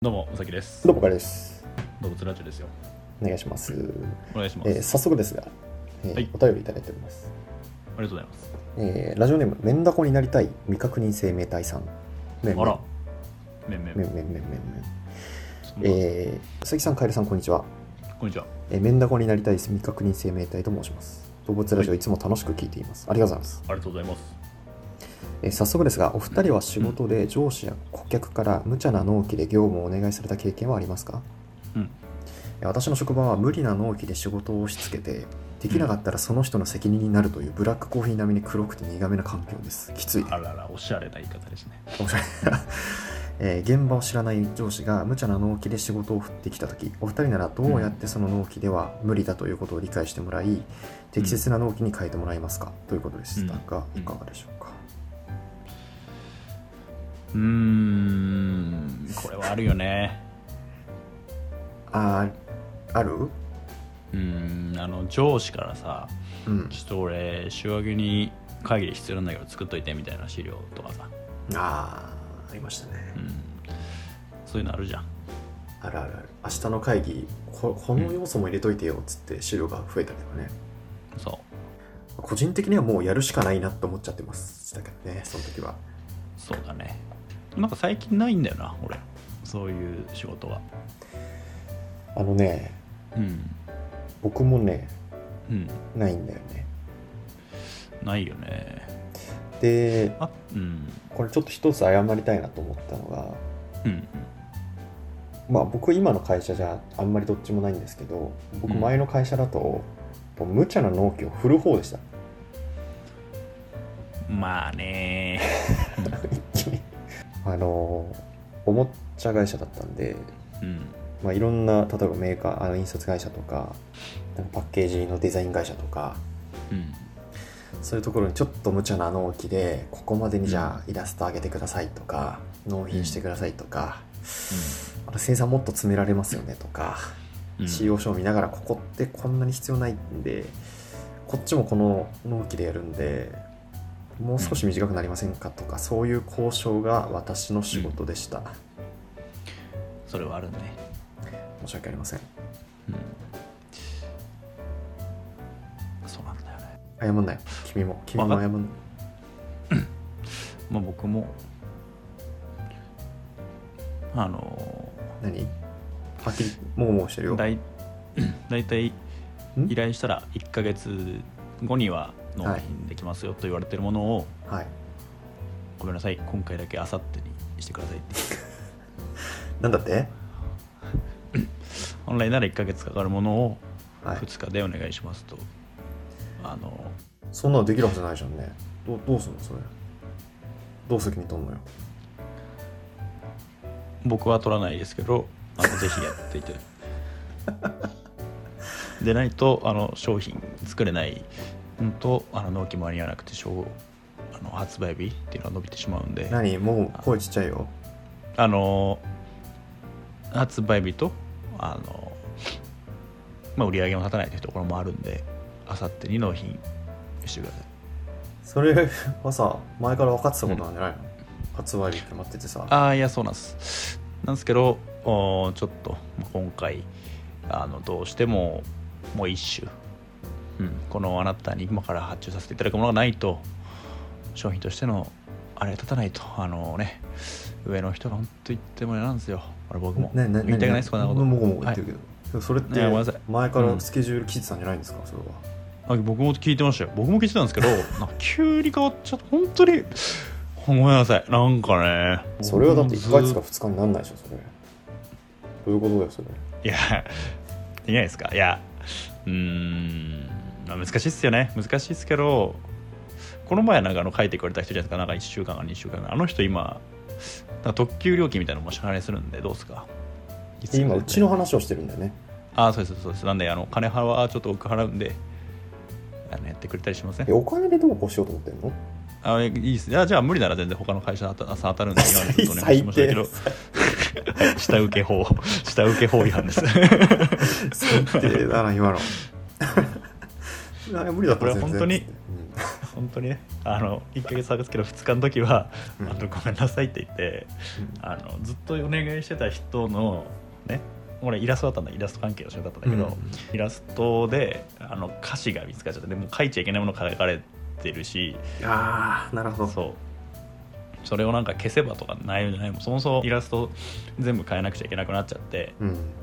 どうも、うさきです。 どうもかです。 動物ラジオですよ。 お願いします。 お願いします。 早速ですが、 はい、 お便りいただいております。 ありがとうございます。 ラジオネーム、メンダコになりたい未確認生命体さん。めんめん。 あら、めんめん。 めんめんめんめんめん。うさきさん、カエルさん、こんにちは。 こんにちは。 メンダコになりたい未確認生命体と申します。動物ラジオ、いつも楽しく聞いています。ありがとうございます。 ありがとうございます。 早速ですが、お二人は仕事で上司や顧客から無茶な納期で業務をお願いされた経験はありますか？私の職場は無理な納期で仕事を押し付けて、できなかったらその人の責任になるというブラックコーヒー並みに黒くて苦めな環境です。きつい。 あらら、おしゃれな言い方ですね。 おしゃれ現場を知らない上司が無茶な納期で仕事を振ってきたとき、お二人ならどうやってその納期では無理だということを理解してもらい、適切な納期に変えてもらえますか、ということでしたが、いかがでしょうか？ これはあるよね。 ある？ 上司からさ、 うん、 ちょっと俺週明けに会議で必要なんだけど作っといてみたいな資料とかさ、 ありましたね、 そういうのあるじゃん。 あるあるある。明日の会議 この要素も入れといてよっつって資料が増えたけどね、 そう、 個人的にはもうやるしかないなと思っちゃってますしたけどね、その時は。 そうだね。なんか最近ないんだよな、俺そういう仕事は。 僕もね、ないんだよね。 ないよね。 で、これちょっと一つ謝りたいなと思ったのが、僕今の会社じゃあんまりどっちもないんですけど、僕前の会社だと、無茶な納期を振る方でした。 まあねおもちゃ会社だったんで、いろんな、例えばメーカー、印刷会社とか、パッケージのデザイン会社とか、そういうところにちょっと無茶な納期で、ここまでにじゃあイラスト上げてくださいとか、納品してくださいとか、生産もっと詰められますよねとか、仕様書を見ながら、ここってこんなに必要ないんで、こっちもこの納期でやるんで、もう少し短くなりませんかとか、そういう交渉が私の仕事でした。 それはあるね。 申し訳ありません。 そうなんだよね。 謝んない。君も謝んない。 僕も何？はっきりもごもごしてるよ。だいたい依頼したら1ヶ月後には納品できますよと言われてるものを、ごめんなさい、今回だけ明後日にしてくださいってなんだって本来なら1ヶ月かかるものを2日でお願いしますと、 そんなのできるはずないじゃんね。どうすんのそれ。どう責任取んのよ。 僕は取らないですけど、ぜひやっていてでないと商品作れないのと、納期間に合わなくて発売日っていうのが伸びてしまうんで。 何？もう声ちっちゃいよ。 発売日と売り上げも立たないというところもあるんで、明後日に納品してください。 それはさ、前から分かってたことなんじゃないの？発売日決まっててさ。 いや、そうなんですけど、ちょっと今回どうしてももう一種、このあなたに今から発注させていただくものがないと商品としてのあれが立たないと、上の人が本当言ってもなんですよ。僕も言いたくないです、こんなこと。 もごもご言ってるけど、それって前からスケジュール聞いてたんじゃないんですか？それは。 僕も聞いてましたよ。僕も聞いてたんですけど急に変わっちゃって、本当にごめんなさい。なんかね、 それはだって1ヶ月か2日になんないでしょ。それどういうことだよそれ。 いや、できないですか？いや、難しいっすよね。難しいっすけど、この前書いてくれた人じゃないですか。1週間か2週間か、人今特急料金みたいなのも支払いするんで、どうですか？ 今うちの話をしてるんだよね。 そうですなんで金払はちょっと多く払うんでやってくれたりしません？ お金でどうこうしようと思ってんの？ いいです。じゃあ無理なら全然他の会社当たるんで、今のことお願いしましたけど下請け法違反です最低だな今の無理だったら全然。 これは本当に本当にね1ヶ月探すけど2日の時は、 うんごめんなさいって言ってずっとお願いしてた人のね、俺イラストだったんだ、イラスト関係の仕事だったんだけど、イラストで歌詞が見つかっちゃって、でもう書いちゃいけないもの書かれてるし、 ああなるほど。 そうそれをなんか消せばとかないんじゃない、もそもそもイラスト全部変えなくちゃいけなくなっちゃって、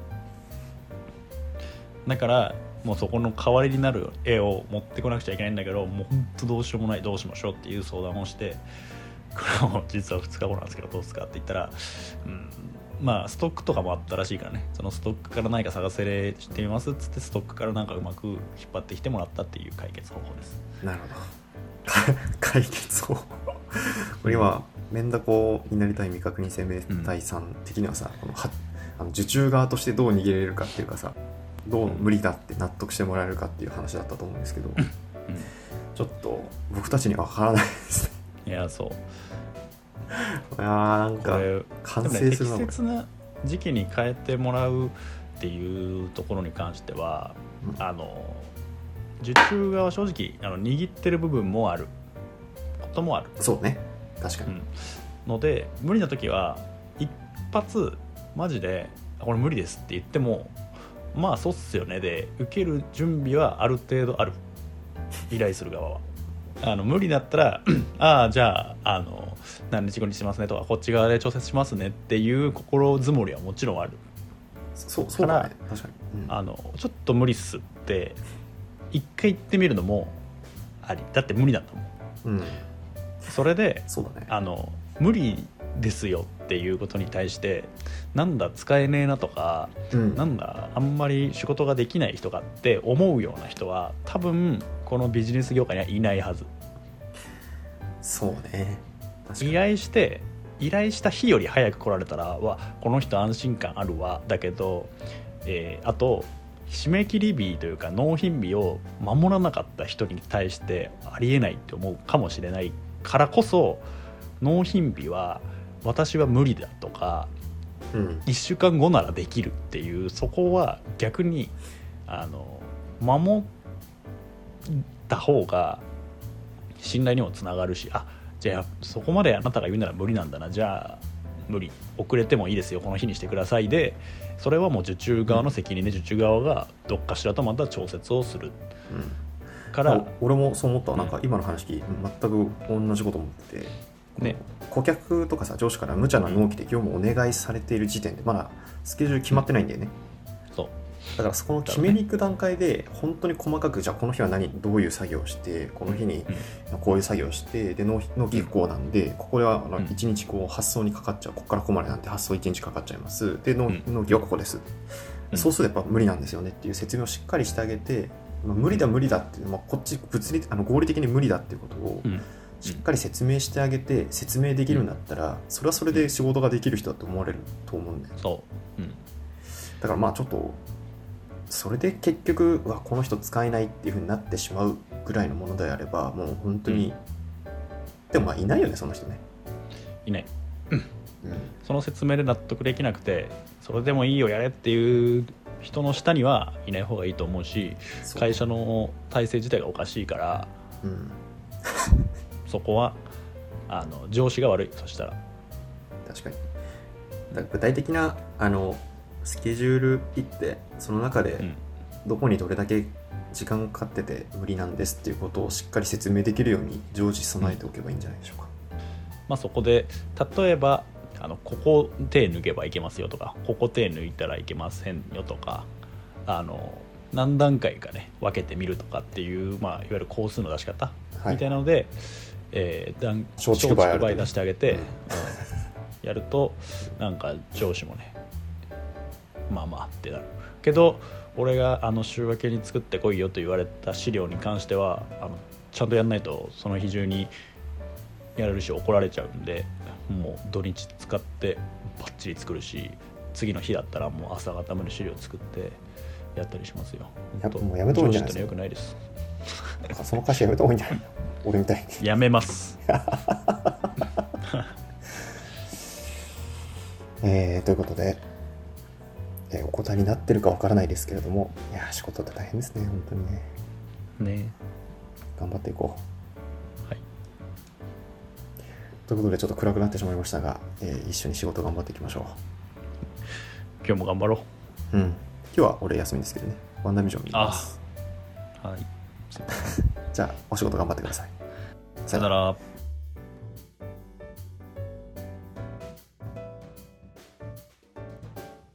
だからもうそこの代わりになる絵を持ってこなくちゃいけないんだけど、もうほんとどうしようもない、どうしましょうっていう相談をして、これも実は2日後なんですけどどうすかって言ったら、まあストックとかもあったらしいからね、そのストックから何か探せれしてみますっつって、ストックからなんかうまく引っ張ってきてもらったっていう解決方法です。 なるほど解決法これ今メンダコになりたい未確認生命体さん的にはさ、この受注側としてどう逃げれるかっていうかさ、どう無理だって納得してもらえるかっていう話だったと思うんですけど、ちょっと僕たちには分からないですね。 いやそういやなんか完成するな、 適切な時期に変えてもらうっていうところに関しては、受注側は正直握ってる部分もあることもある。 そうね、確かに、 ので無理な時は一発マジでこれ無理ですって言っても、まあそうっすよねで受ける準備はある程度ある、依頼する側は無理だったらああじゃあ何日後にしますねとか、こっち側で調節しますねっていう心づもりはもちろんある。 そうだね、確かに、 ちょっと無理っすって一回言ってみるのもありだって、無理なんだもん、それでそうだね、 無理ですよっていうことに対してなんだ使えねえなとか、なんだあんまり仕事ができない人かって思うような人は多分このビジネス業界にはいないはず。 そうね、確かに依頼した日より早く来られたらわこの人安心感あるわだけど、あと締め切り日というか納品日を守らなかった人に対してありえないって思うかもしれないからこそ、納品日は私は無理だとか、1週間後ならできるっていう、そこは逆に守った方が信頼にもつながるし、じゃあそこまであなたが言うなら無理なんだな、じゃあ無理遅れてもいいですよこの日にしてくださいで、それはもう受注側の責任で、受注側がどっかしらとまた調節をする、から、 俺もそう思った、なんか今の話全く同じこと思ってて、顧客とかさ上司から無茶な納期で業務をお願いされている時点でまだスケジュール決まってないんだよね、 そうだからそこの決めに行く段階で本当に細かく、じゃあこの日はどういう作業をして、この日にこういう作業をして、で納期がこうなんで、ここでは1日発送にかかっちゃう、ここからここまでなんて発送1日かかっちゃいます、で納期はここです、そうするとやっぱ無理なんですよねっていう説明をしっかりしてあげて、無理だって、こっち合理的に無理だっていうことをしっかり説明してあげて、説明できるんだったら、それはそれで仕事ができる人だと思われると思うんだよね。 そう、 だからちょっとそれで結局この人使えないっていう風になってしまうぐらいのものであれば、もう本当に、でもいないよねその人ね。 いない、その説明で納得できなくてそれでもいいよやれっていう人の下にはいない方がいいと思うし、会社の体制自体がおかしいから、そこは上司が悪い。そしたら確かに、だから具体的なスケジュール切って、その中でどこにどれだけ時間かかってて無理なんですっていうことをしっかり説明できるように常時備えておけばいいんじゃないでしょうか。 そこで例えばここ手抜けばいけますよとか、ここ手抜いたらいけませんよとか、何段階かね分けてみるとかっていう、いわゆる工数の出し方みたいなので、 松竹梅出してあげて、やるとなんか上司もねってなるけど、俺が週明けに作ってこいよと言われた資料に関してはちゃんとやんないとその日中にやれるし怒られちゃうんで、もう土日使ってバッチリ作るし、次の日だったらもう朝方まで資料作ってやったりしますよ。 もうやめた方がいいんじゃないですか。 よくないです。 その歌詞やめた方がいいんじゃないの俺みたいに。 やめますということで、お答えになってるかわからないですけれども、いや仕事って大変ですね本当にね。 ね、 頑張っていこう。 ということでちょっと暗くなってしまいましたが、一緒に仕事頑張っていきましょう。 今日も頑張ろう。今日は俺休みですけどね。ワンダービジョン見ます。 はい。 じゃあお仕事頑張ってください。 さよなら。